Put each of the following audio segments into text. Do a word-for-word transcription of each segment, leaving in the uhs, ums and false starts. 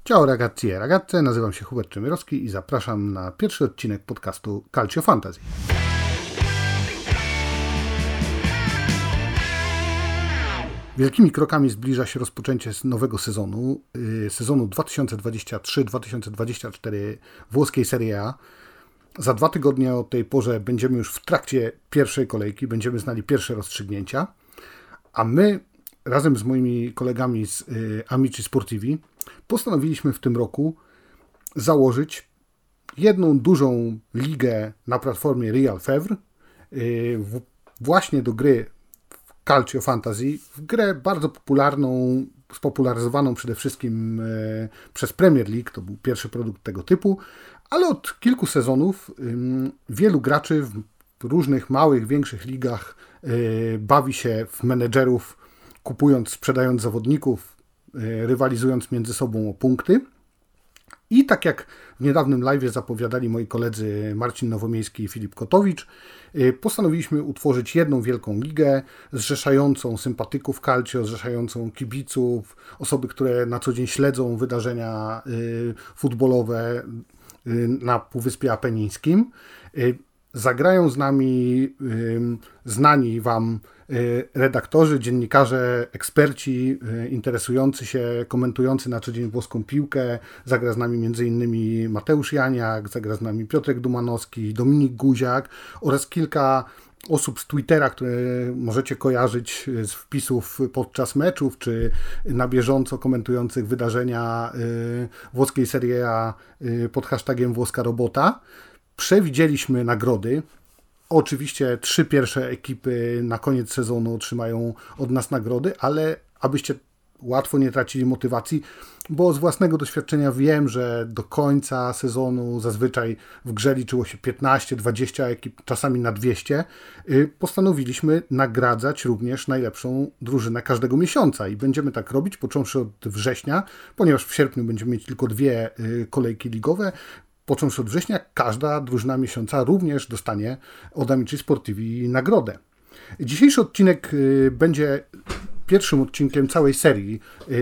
Ciao ragazzi e ragazze, nazywam się Hubert Czemierowski i zapraszam na pierwszy odcinek podcastu Calcio Fantasy. Wielkimi krokami zbliża się rozpoczęcie nowego sezonu, sezonu dwa tysiące dwudziestego trzeciego dwa tysiące dwudziestego czwartego włoskiej Serie A. Za dwa tygodnie o tej porze będziemy już w trakcie pierwszej kolejki, będziemy znali pierwsze rozstrzygnięcia, a my razem z moimi kolegami z Amici Sportivi postanowiliśmy w tym roku założyć jedną dużą ligę na platformie Real Fevre właśnie do gry Calcio Fantasy, w grę bardzo popularną, spopularyzowaną przede wszystkim przez Premier League, to był pierwszy produkt tego typu, ale od kilku sezonów wielu graczy w różnych małych, większych ligach bawi się w menedżerów, kupując, sprzedając zawodników, rywalizując między sobą o punkty. I tak jak w niedawnym live'ie zapowiadali moi koledzy Marcin Nowomiejski i Filip Kotowicz, postanowiliśmy utworzyć jedną wielką ligę zrzeszającą sympatyków calcio, zrzeszającą kibiców, osoby, które na co dzień śledzą wydarzenia futbolowe na Półwyspie Apenińskim. Zagrają z nami znani Wam redaktorzy, dziennikarze, eksperci interesujący się, komentujący na co dzień włoską piłkę. Zagra z nami między innymi Mateusz Janiak, zagra z nami Piotrek Dumanowski, Dominik Guziak oraz kilka osób z Twittera, które możecie kojarzyć z wpisów podczas meczów, czy na bieżąco komentujących wydarzenia włoskiej Serie A pod hashtagiem Włoska Robota. Przewidzieliśmy nagrody. Oczywiście trzy pierwsze ekipy na koniec sezonu otrzymają od nas nagrody, ale abyście łatwo nie tracili motywacji, bo z własnego doświadczenia wiem, że do końca sezonu zazwyczaj w grze liczyło się piętnaście dwadzieścia ekip, czasami na dwieście. Postanowiliśmy nagradzać również najlepszą drużynę każdego miesiąca i będziemy tak robić począwszy od września, ponieważ w sierpniu będziemy mieć tylko dwie kolejki ligowe. Począwszy od września, każda drużyna miesiąca również dostanie od Amici Sportivi nagrodę. Dzisiejszy odcinek będzie pierwszym odcinkiem całej serii,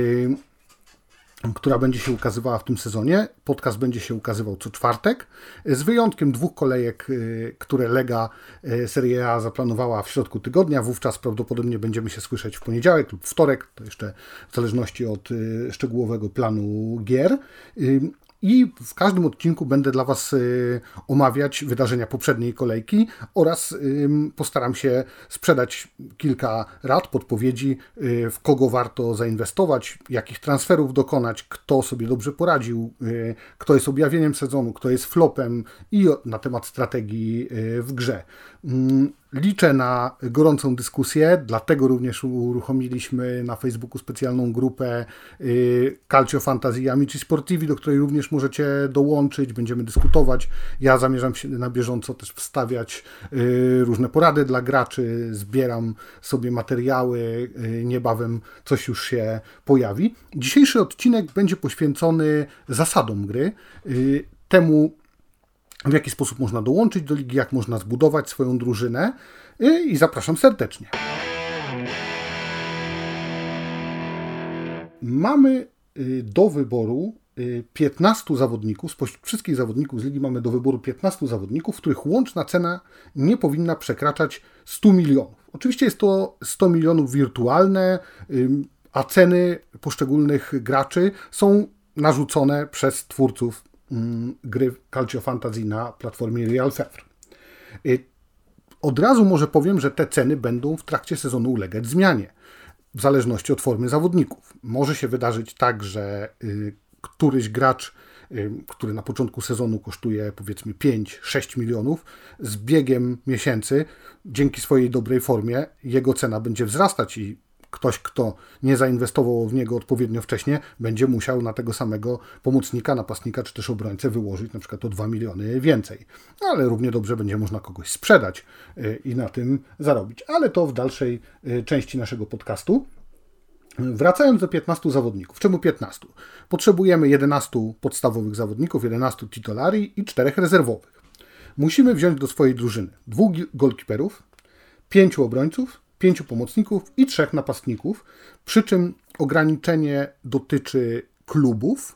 która będzie się ukazywała w tym sezonie. Podcast będzie się ukazywał co czwartek, z wyjątkiem dwóch kolejek, które Lega Serie A zaplanowała w środku tygodnia. Wówczas prawdopodobnie będziemy się słyszeć w poniedziałek lub wtorek, to jeszcze w zależności od szczegółowego planu gier. I w każdym odcinku będę dla Was y, omawiać wydarzenia poprzedniej kolejki oraz y, postaram się sprzedać kilka rad, podpowiedzi, y, w kogo warto zainwestować, jakich transferów dokonać, kto sobie dobrze poradził, y, kto jest objawieniem sezonu, kto jest flopem i na temat strategii y, w grze. Y, Liczę na gorącą dyskusję, dlatego również uruchomiliśmy na Facebooku specjalną grupę Calcio Fantasy i Amici Sportivi, do której również możecie dołączyć, będziemy dyskutować. Ja zamierzam się na bieżąco też wstawiać różne porady dla graczy, zbieram sobie materiały, niebawem coś już się pojawi. Dzisiejszy odcinek będzie poświęcony zasadom gry, temu, w jaki sposób można dołączyć do ligi, jak można zbudować swoją drużynę i zapraszam serdecznie. Mamy do wyboru piętnastu zawodników, spośród wszystkich zawodników z ligi mamy do wyboru piętnastu zawodników, których łączna cena nie powinna przekraczać stu milionów. Oczywiście jest to sto milionów wirtualne, a ceny poszczególnych graczy są narzucone przez twórców gry Calcio Fantasy na platformie Real Fevre. Od razu może powiem, że te ceny będą w trakcie sezonu ulegać zmianie, w zależności od formy zawodników. Może się wydarzyć tak, że któryś gracz, który na początku sezonu kosztuje powiedzmy pięć sześć milionów, z biegiem miesięcy, dzięki swojej dobrej formie, jego cena będzie wzrastać i ktoś, kto nie zainwestował w niego odpowiednio wcześnie, będzie musiał na tego samego pomocnika, napastnika czy też obrońcę wyłożyć na przykład o dwa miliony więcej. Ale równie dobrze będzie można kogoś sprzedać i na tym zarobić. Ale to w dalszej części naszego podcastu. Wracając do piętnastu zawodników. Czemu piętnastu? Potrzebujemy jedenastu podstawowych zawodników, jedenastu titolari i czterech rezerwowych. Musimy wziąć do swojej drużyny dwóch golkiperów, pięciu obrońców, pięciu pomocników i trzech napastników, przy czym ograniczenie dotyczy klubów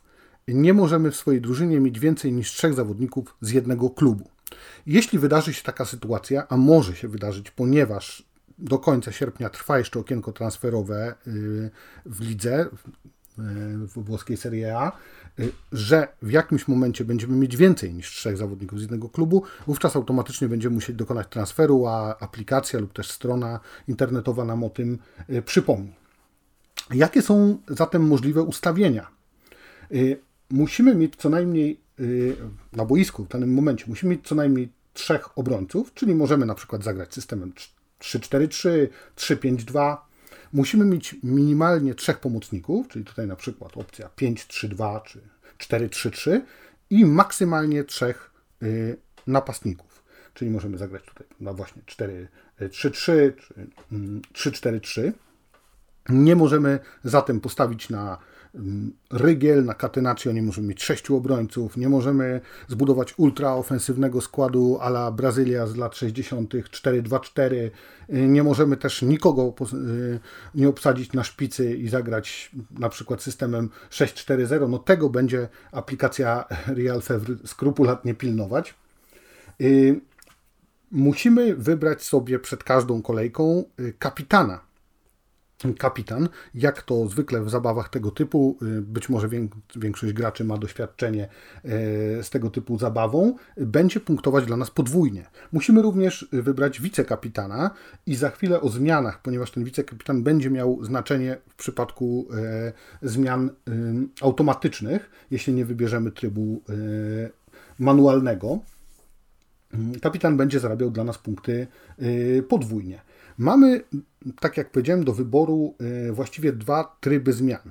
nie możemy w swojej drużynie mieć więcej niż trzech zawodników z jednego klubu. Jeśli wydarzy się taka sytuacja, a może się wydarzyć, ponieważ do końca sierpnia trwa jeszcze okienko transferowe w lidze, w włoskiej Serie A, że w jakimś momencie będziemy mieć więcej niż trzech zawodników z jednego klubu, wówczas automatycznie będziemy musieli dokonać transferu, a aplikacja lub też strona internetowa nam o tym przypomni. Jakie są zatem możliwe ustawienia? Musimy mieć co najmniej na boisku w danym momencie, musimy mieć co najmniej trzech obrońców, czyli możemy na przykład zagrać systemem trzy cztery trzy, trzy pięć dwa. Musimy mieć minimalnie trzech pomocników, czyli tutaj na przykład opcja pięć trzy dwa czy cztery trzy trzy i maksymalnie trzech y, napastników. Czyli możemy zagrać tutaj na właśnie cztery trzy trzy czy trzy cztery trzy. Nie możemy zatem postawić na rygiel, na catenaccio, nie możemy mieć sześciu obrońców, nie możemy zbudować ultraofensywnego składu a la Brazylia z lat sześćdziesiątych cztery dwa cztery, nie możemy też nikogo nie obsadzić na szpicy i zagrać na przykład systemem sześć cztery zero, no tego będzie aplikacja Real Fevre skrupulatnie pilnować. Musimy wybrać sobie przed każdą kolejką kapitana. Kapitan, jak to zwykle w zabawach tego typu, być może większość graczy ma doświadczenie z tego typu zabawą, będzie punktować dla nas podwójnie. Musimy również wybrać wicekapitana i za chwilę o zmianach, ponieważ ten wicekapitan będzie miał znaczenie w przypadku zmian automatycznych, jeśli nie wybierzemy trybu manualnego. Kapitan będzie zarabiał dla nas punkty podwójnie. Mamy, tak jak powiedziałem, do wyboru właściwie dwa tryby zmian.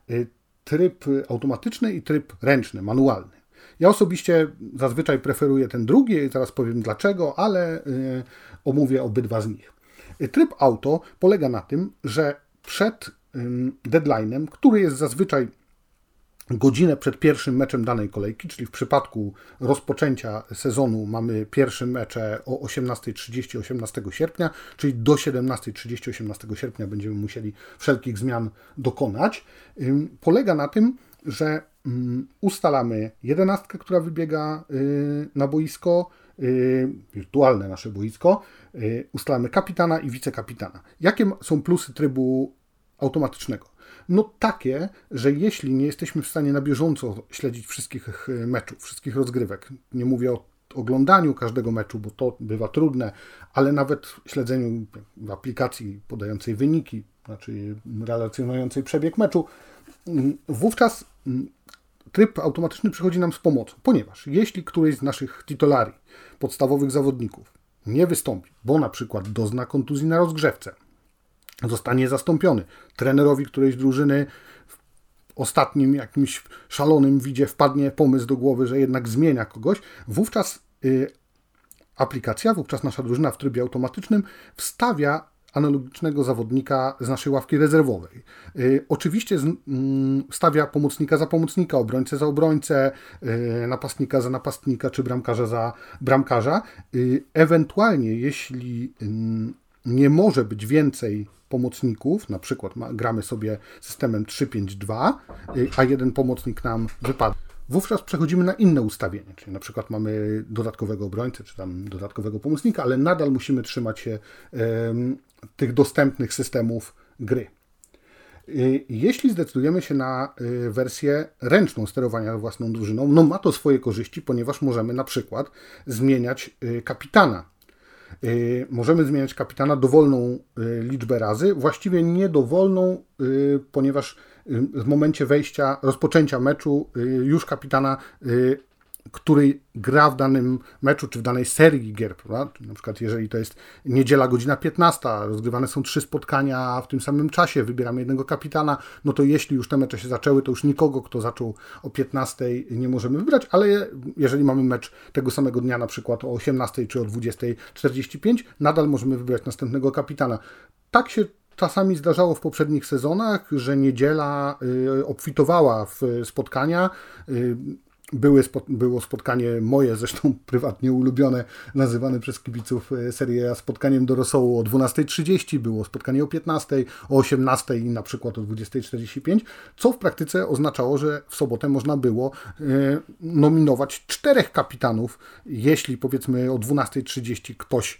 Tryb automatyczny i tryb ręczny, manualny. Ja osobiście zazwyczaj preferuję ten drugi i zaraz powiem dlaczego, ale omówię obydwa z nich. Tryb auto polega na tym, że przed deadline'em, który jest zazwyczaj godzinę przed pierwszym meczem danej kolejki, czyli w przypadku rozpoczęcia sezonu mamy pierwsze mecze o osiemnasta trzydzieści osiemnastego sierpnia, czyli do siedemnasta trzydzieści osiemnastego sierpnia będziemy musieli wszelkich zmian dokonać. Polega na tym, że ustalamy jedenastkę, która wybiega na boisko, wirtualne nasze boisko, ustalamy kapitana i wicekapitana. Jakie są plusy trybu automatycznego? No takie, że jeśli nie jesteśmy w stanie na bieżąco śledzić wszystkich meczów, wszystkich rozgrywek, nie mówię o oglądaniu każdego meczu, bo to bywa trudne, ale nawet śledzeniu w aplikacji podającej wyniki, znaczy relacjonującej przebieg meczu, wówczas tryb automatyczny przychodzi nam z pomocą, ponieważ jeśli któryś z naszych titularii, podstawowych zawodników nie wystąpi, bo na przykład dozna kontuzji na rozgrzewce, zostanie zastąpiony trenerowi którejś drużyny, w ostatnim jakimś szalonym widzie wpadnie pomysł do głowy, że jednak zmienia kogoś, wówczas y, aplikacja, wówczas nasza drużyna w trybie automatycznym wstawia analogicznego zawodnika z naszej ławki rezerwowej. Y, oczywiście z, y, stawia pomocnika za pomocnika, obrońcę za obrońcę, y, napastnika za napastnika, czy bramkarza za bramkarza. Y, ewentualnie, jeśli y, nie może być więcej pomocników, na przykład ma, gramy sobie systemem trzy pięć dwa, y, a jeden pomocnik nam wypada, wówczas przechodzimy na inne ustawienie, czyli na przykład mamy dodatkowego obrońcę, czy tam dodatkowego pomocnika, ale nadal musimy trzymać się y, tych dostępnych systemów gry. Y, jeśli zdecydujemy się na y, wersję ręczną sterowania własną drużyną, no ma to swoje korzyści, ponieważ możemy na przykład zmieniać y, kapitana. Możemy zmieniać kapitana dowolną liczbę razy, właściwie niedowolną, ponieważ w momencie wejścia, rozpoczęcia meczu już kapitana, który gra w danym meczu, czy w danej serii gier, prawda? Na przykład jeżeli to jest niedziela godzina piętnasta, rozgrywane są trzy spotkania w tym samym czasie, wybieramy jednego kapitana, no to jeśli już te mecze się zaczęły, to już nikogo, kto zaczął o piętnastej nie możemy wybrać, ale jeżeli mamy mecz tego samego dnia, na przykład o osiemnastej czy o dwudziestej czterdzieści pięć, nadal możemy wybrać następnego kapitana. Tak się czasami zdarzało w poprzednich sezonach, że niedziela y, obfitowała w spotkania, y, Były, było spotkanie moje, zresztą prywatnie ulubione, nazywane przez kibiców Serie A spotkaniem do rosołu o dwunasta trzydzieści, było spotkanie o piętnasta, o osiemnasta i na przykład o dwudziesta czterdzieści pięć, co w praktyce oznaczało, że w sobotę można było nominować czterech kapitanów, jeśli powiedzmy o dwunasta trzydzieści ktoś,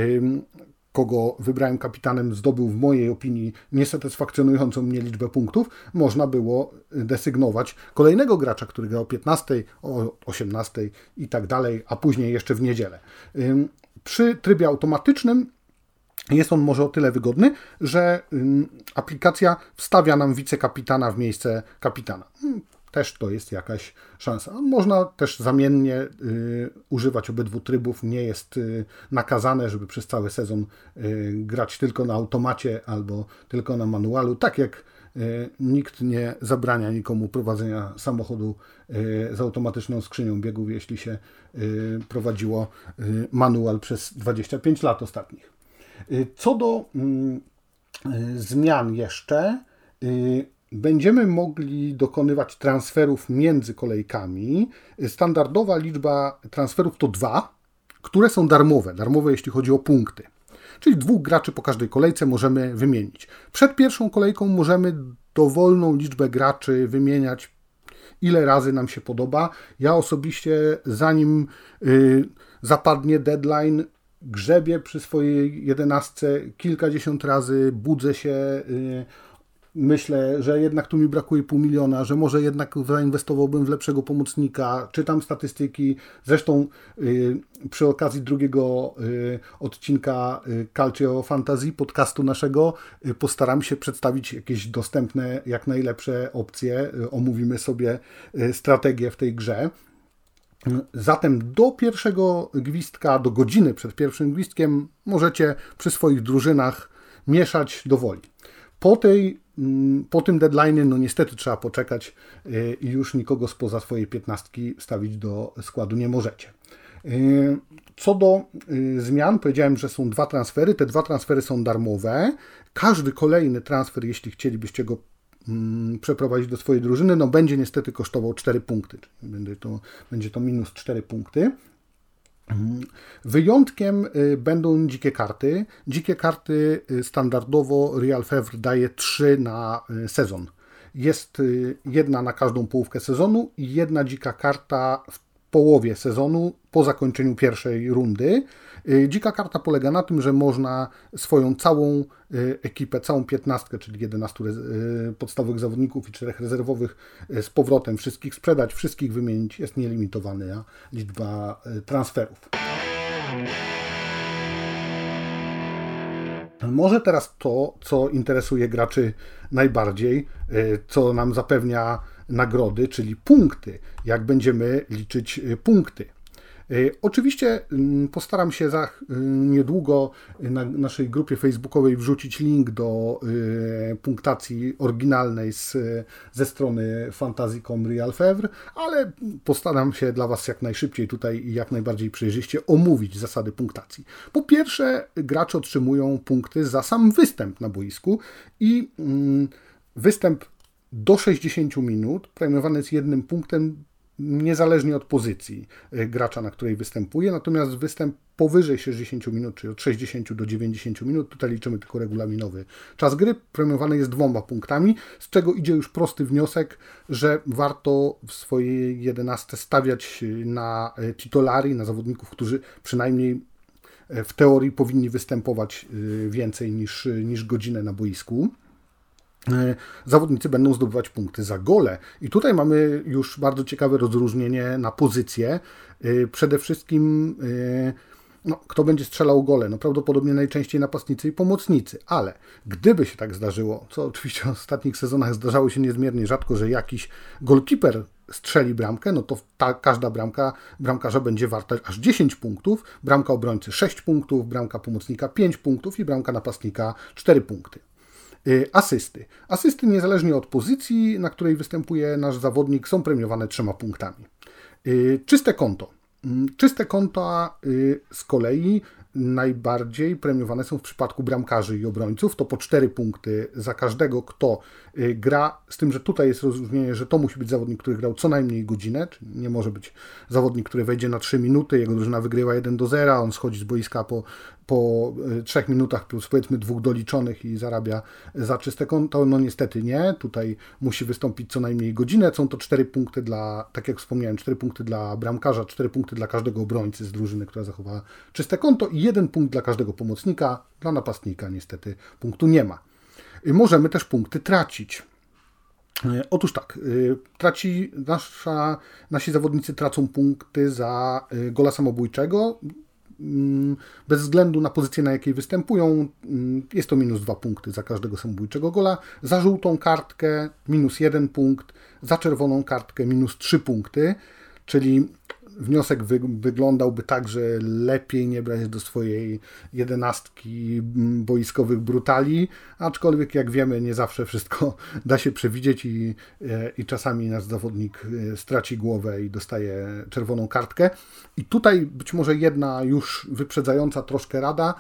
kogo wybrałem kapitanem, zdobył w mojej opinii niesatysfakcjonującą mnie liczbę punktów, można było desygnować kolejnego gracza, który grał o piętnastej, o osiemnastej i tak dalej, a później jeszcze w niedzielę. Przy trybie automatycznym jest on może o tyle wygodny, że aplikacja wstawia nam wicekapitana w miejsce kapitana. Też to jest jakaś szansa. Można też zamiennie y, używać obydwu trybów. Nie jest y, nakazane, żeby przez cały sezon y, grać tylko na automacie albo tylko na manualu. Tak jak y, nikt nie zabrania nikomu prowadzenia samochodu y, z automatyczną skrzynią biegów, jeśli się y, prowadziło y, manual przez dwadzieścia pięć lat ostatnich. Y, co do y, y, zmian jeszcze, y, będziemy mogli dokonywać transferów między kolejkami. Standardowa liczba transferów to dwa, które są darmowe. Darmowe, jeśli chodzi o punkty. Czyli dwóch graczy po każdej kolejce możemy wymienić. Przed pierwszą kolejką możemy dowolną liczbę graczy wymieniać, ile razy nam się podoba. Ja osobiście, zanim yy, zapadnie deadline, grzebię przy swojej jedenastce kilkadziesiąt razy, budzę się, yy, myślę, że jednak tu mi brakuje pół miliona, że może jednak zainwestowałbym w lepszego pomocnika, czytam statystyki. Zresztą yy, przy okazji drugiego yy, odcinka yy, Calcio Fantasy, podcastu naszego, yy, postaram się przedstawić jakieś dostępne, jak najlepsze opcje. Yy, omówimy sobie yy, strategię w tej grze. Zatem do pierwszego gwizdka, do godziny przed pierwszym gwizdkiem możecie przy swoich drużynach mieszać do woli. Po, tej, po tym deadline, no niestety trzeba poczekać i już nikogo spoza swojej piętnastki wstawić do składu nie możecie. Co do zmian, powiedziałem, że są dwa transfery. Te dwa transfery są darmowe. Każdy kolejny transfer, jeśli chcielibyście go przeprowadzić do swojej drużyny, no będzie niestety kosztował cztery punkty. Czyli będzie to, będzie to minus cztery punkty. Wyjątkiem będą dzikie karty. Dzikie karty standardowo Real Fevre daje trzy na sezon. Jest jedna na każdą połówkę sezonu i jedna dzika karta w połowie sezonu po zakończeniu pierwszej rundy. Dzika karta polega na tym, że można swoją całą ekipę, całą piętnastkę, czyli jedenastu podstawowych zawodników i czterech rezerwowych z powrotem wszystkich sprzedać, wszystkich wymienić. Jest nielimitowana liczba transferów. Może teraz to, co interesuje graczy najbardziej, co nam zapewnia nagrody, czyli punkty. Jak będziemy liczyć punkty. Oczywiście postaram się za niedługo na naszej grupie facebookowej wrzucić link do punktacji oryginalnej z, ze strony fantasy kropka com Real Fevre, ale postaram się dla Was jak najszybciej tutaj i jak najbardziej przejrzyście omówić zasady punktacji. Po pierwsze, gracze otrzymują punkty za sam występ na boisku i występ do sześćdziesięciu minut premiowany jest jednym punktem niezależnie od pozycji gracza, na której występuje, natomiast występ powyżej sześćdziesięciu minut, czyli od sześćdziesięciu do dziewięćdziesięciu minut, tutaj liczymy tylko regulaminowy czas gry, premiowany jest dwoma punktami, z czego idzie już prosty wniosek, że warto w swojej jedenastce stawiać na titolari, na zawodników, którzy przynajmniej w teorii powinni występować więcej niż, niż godzinę na boisku. Zawodnicy będą zdobywać punkty za gole. I tutaj mamy już bardzo ciekawe rozróżnienie na pozycje. Przede wszystkim no, kto będzie strzelał gole? No prawdopodobnie najczęściej napastnicy i pomocnicy, ale gdyby się tak zdarzyło, co oczywiście w ostatnich sezonach zdarzało się niezmiernie rzadko, że jakiś golkiper strzeli bramkę, no to ta, każda bramka bramkarza będzie warta aż dziesięć punktów, bramka obrońcy sześć punktów, bramka pomocnika pięć punktów i bramka napastnika cztery punkty. Asysty. Asysty niezależnie od pozycji, na której występuje nasz zawodnik, są premiowane trzema punktami. Czyste konto. Czyste konta z kolei najbardziej premiowane są w przypadku bramkarzy i obrońców. To po cztery punkty za każdego, kto gra, z tym, że tutaj jest rozróżnienie, że to musi być zawodnik, który grał co najmniej godzinę, czyli nie może być zawodnik, który wejdzie na trzy minuty, jego drużyna wygrywa jeden do zera, on schodzi z boiska po, po trzech minutach plus powiedzmy dwóch doliczonych i zarabia za czyste konto. No niestety nie, tutaj musi wystąpić co najmniej godzinę. Są to cztery punkty dla, tak jak wspomniałem, cztery punkty dla bramkarza, cztery punkty dla każdego obrońcy z drużyny, która zachowała czyste konto i jeden punkt dla każdego pomocnika. Dla napastnika niestety punktu nie ma. Możemy też punkty tracić. Otóż tak, traci nasza, nasi zawodnicy tracą punkty za gola samobójczego, bez względu na pozycję, na jakiej występują. Jest to minus dwa punkty za każdego samobójczego gola, za żółtą kartkę minus jeden punkt, za czerwoną kartkę minus trzy punkty, czyli wniosek wy, wyglądałby tak, że lepiej nie brać do swojej jedenastki boiskowych brutali, aczkolwiek jak wiemy nie zawsze wszystko da się przewidzieć i, i czasami nasz zawodnik straci głowę i dostaje czerwoną kartkę. I tutaj być może jedna już wyprzedzająca troszkę rada.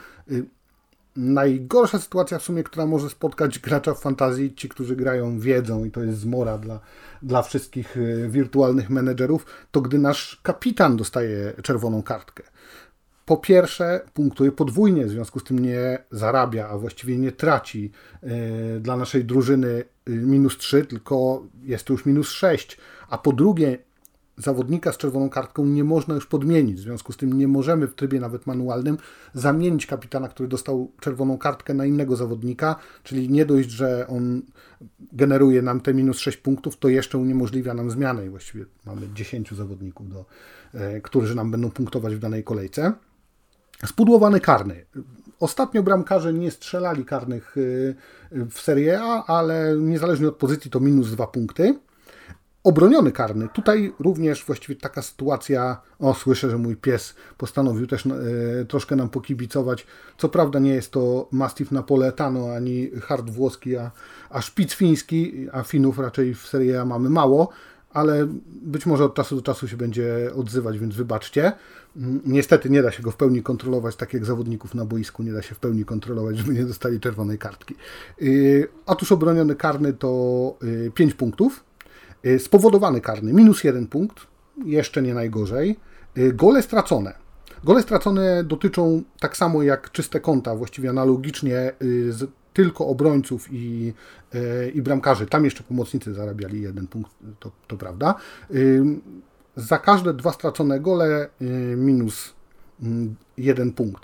Najgorsza sytuacja w sumie, która może spotkać gracza w fantazji, ci, którzy grają, wiedzą i to jest zmora dla, dla wszystkich wirtualnych menedżerów, to gdy nasz kapitan dostaje czerwoną kartkę. Po pierwsze, punktuje podwójnie, w związku z tym nie zarabia, a właściwie nie traci yy, dla naszej drużyny minus trzy, tylko jest to już minus sześć, a po drugie, zawodnika z czerwoną kartką nie można już podmienić. W związku z tym nie możemy w trybie nawet manualnym zamienić kapitana, który dostał czerwoną kartkę, na innego zawodnika, czyli nie dość, że on generuje nam te minus sześć punktów, to jeszcze uniemożliwia nam zmianę i właściwie mamy dziesięciu zawodników, do, e, którzy nam będą punktować w danej kolejce. Spudłowany karny. Ostatnio bramkarze nie strzelali karnych w Serie A, ale niezależnie od pozycji to minus dwa punkty. Obroniony karny. Tutaj również właściwie taka sytuacja, o słyszę, że mój pies postanowił też e, troszkę nam pokibicować. Co prawda nie jest to Mastiff Napoletano ani hard włoski, a, a szpic fiński, a Finów raczej w Serie A mamy mało, ale być może od czasu do czasu się będzie odzywać, więc wybaczcie. Niestety nie da się go w pełni kontrolować, tak jak zawodników na boisku nie da się w pełni kontrolować, żeby nie dostali czerwonej kartki. Yy, otóż obroniony karny to yy, pięć punktów. Spowodowany karny, minus jeden punkt, jeszcze nie najgorzej. Gole stracone. Gole stracone dotyczą tak samo jak czyste konta, właściwie analogicznie z tylko obrońców i, i bramkarzy. Tam jeszcze pomocnicy zarabiali jeden punkt, to, to prawda. Za każde dwa stracone gole minus jeden punkt.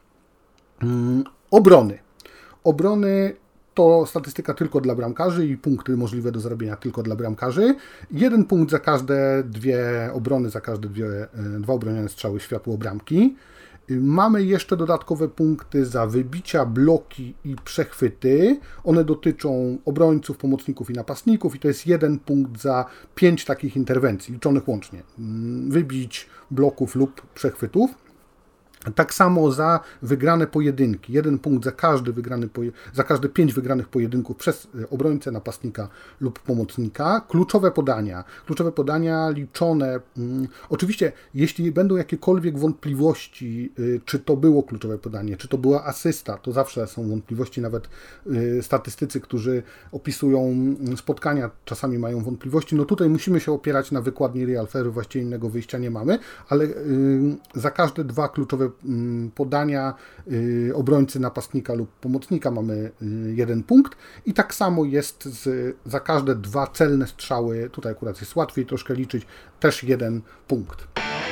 Obrony. Obrony to statystyka tylko dla bramkarzy i punkty możliwe do zrobienia tylko dla bramkarzy. Jeden punkt za każde dwie obrony, za każde dwie, dwa obronione strzały światło bramki. Mamy jeszcze dodatkowe punkty za wybicia, bloki i przechwyty. One dotyczą obrońców, pomocników i napastników i to jest jeden punkt za pięć takich interwencji, liczonych łącznie. Wybić, bloków lub przechwytów. Tak samo za wygrane pojedynki. Jeden punkt za każdy wygrany poje... za każde pięć wygranych pojedynków przez obrońcę, napastnika lub pomocnika. Kluczowe podania. Kluczowe podania liczone. Hmm, oczywiście, jeśli będą jakiekolwiek wątpliwości, y, czy to było kluczowe podanie, czy to była asysta, to zawsze są wątpliwości. Nawet y, statystycy, którzy opisują spotkania, czasami mają wątpliwości. No tutaj musimy się opierać na wykładni Real Fair, właściwie innego wyjścia nie mamy, ale y, za każde dwa kluczowe podania y, obrońcy, napastnika lub pomocnika mamy y, jeden punkt i tak samo jest z, za każde dwa celne strzały, tutaj akurat jest łatwiej troszkę liczyć, też jeden punkt.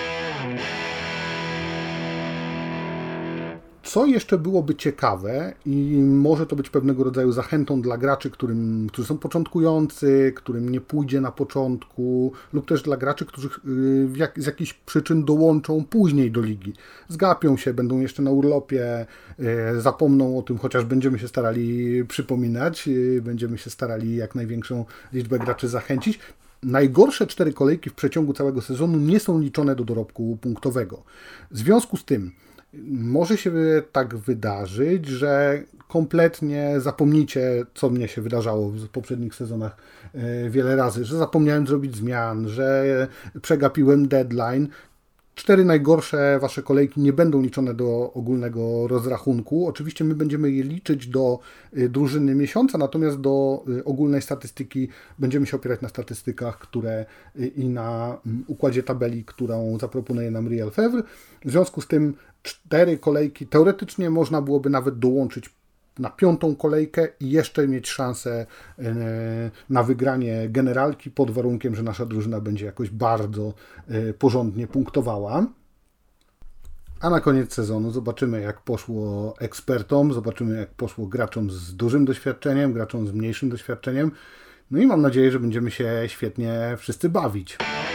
Co jeszcze byłoby ciekawe i może to być pewnego rodzaju zachętą dla graczy, którym, którzy są początkujący, którym nie pójdzie na początku, lub też dla graczy, którzy jak, z jakichś przyczyn dołączą później do ligi. Zgapią się, będą jeszcze na urlopie, zapomną o tym, chociaż będziemy się starali przypominać, będziemy się starali jak największą liczbę graczy zachęcić. Najgorsze cztery kolejki w przeciągu całego sezonu nie są liczone do dorobku punktowego. W związku z tym może się tak wydarzyć, że kompletnie zapomnicie, co mnie się wydarzało w poprzednich sezonach wiele razy, że zapomniałem zrobić zmian, że przegapiłem deadline. Cztery najgorsze wasze kolejki nie będą liczone do ogólnego rozrachunku. Oczywiście my będziemy je liczyć do drużyny miesiąca, natomiast do ogólnej statystyki będziemy się opierać na statystykach, które i na układzie tabeli, którą zaproponuje nam Real Fevre. W związku z tym cztery kolejki teoretycznie można byłoby nawet dołączyć na piątą kolejkę i jeszcze mieć szansę na wygranie generalki pod warunkiem, że nasza drużyna będzie jakoś bardzo porządnie punktowała. A na koniec sezonu zobaczymy, jak poszło ekspertom, zobaczymy, jak poszło graczom z dużym doświadczeniem, graczom z mniejszym doświadczeniem. No i mam nadzieję, że będziemy się świetnie wszyscy bawić.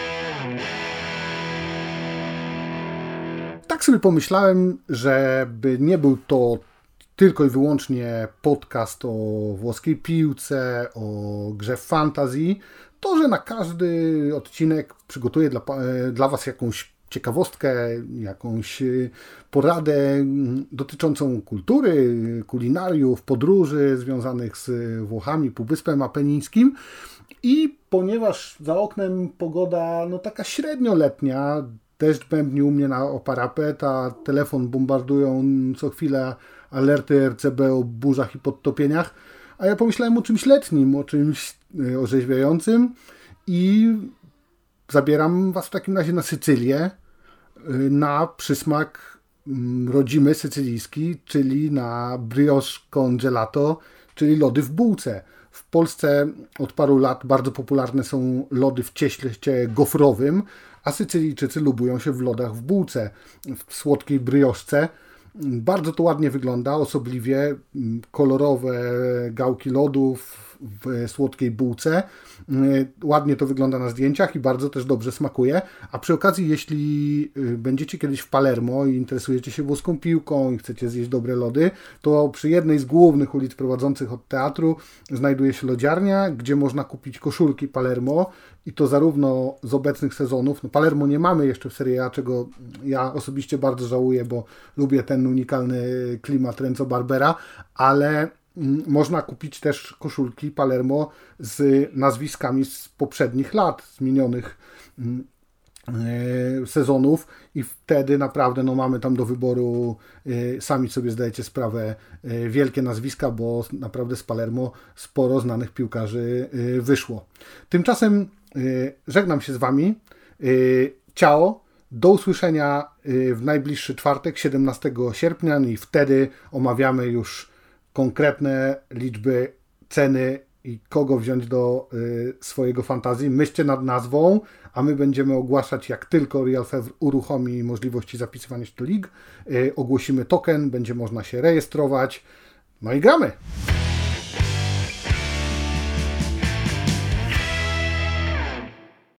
Tak sobie pomyślałem, żeby nie był to tylko i wyłącznie podcast o włoskiej piłce, o grze w fantasy, to, że na każdy odcinek przygotuję dla, dla Was jakąś ciekawostkę, jakąś poradę dotyczącą kultury, kulinariów, podróży związanych z Włochami, Półwyspem Apenińskim. I ponieważ za oknem pogoda no taka średnioletnia, deszcz bębni u mnie na parapet, a telefon bombardują co chwilę alerty R C B o burzach i podtopieniach, a ja pomyślałem o czymś letnim, o czymś orzeźwiającym i zabieram Was w takim razie na Sycylię, na przysmak rodzimy sycylijski, czyli na brioche con gelato, czyli lody w bułce. W Polsce od paru lat bardzo popularne są lody w cieście gofrowym, a Sycylijczycy lubują się w lodach w bułce, w słodkiej brioszce. Bardzo to ładnie wygląda, osobliwie kolorowe gałki lodów w słodkiej bułce. Ładnie to wygląda na zdjęciach i bardzo też dobrze smakuje. A przy okazji, jeśli będziecie kiedyś w Palermo i interesujecie się włoską piłką i chcecie zjeść dobre lody, to przy jednej z głównych ulic prowadzących od teatru znajduje się lodziarnia, gdzie można kupić koszulki Palermo i to zarówno z obecnych sezonów. No Palermo nie mamy jeszcze w Serie A, czego ja osobiście bardzo żałuję, bo lubię ten unikalny klimat Renzo Barbera, ale można kupić też koszulki Palermo z nazwiskami z poprzednich lat, z minionych sezonów i wtedy naprawdę no, mamy tam do wyboru, sami sobie zdajecie sprawę, wielkie nazwiska, bo naprawdę z Palermo sporo znanych piłkarzy wyszło. Tymczasem żegnam się z Wami. Ciao. Do usłyszenia w najbliższy czwartek, siedemnastego sierpnia i wtedy omawiamy już konkretne liczby, ceny i kogo wziąć do y, swojego fantazji. Myślcie nad nazwą, a my będziemy ogłaszać, jak tylko Real Fevre uruchomi możliwości zapisywania się do lig. Y, ogłosimy token, będzie można się rejestrować. No i gramy!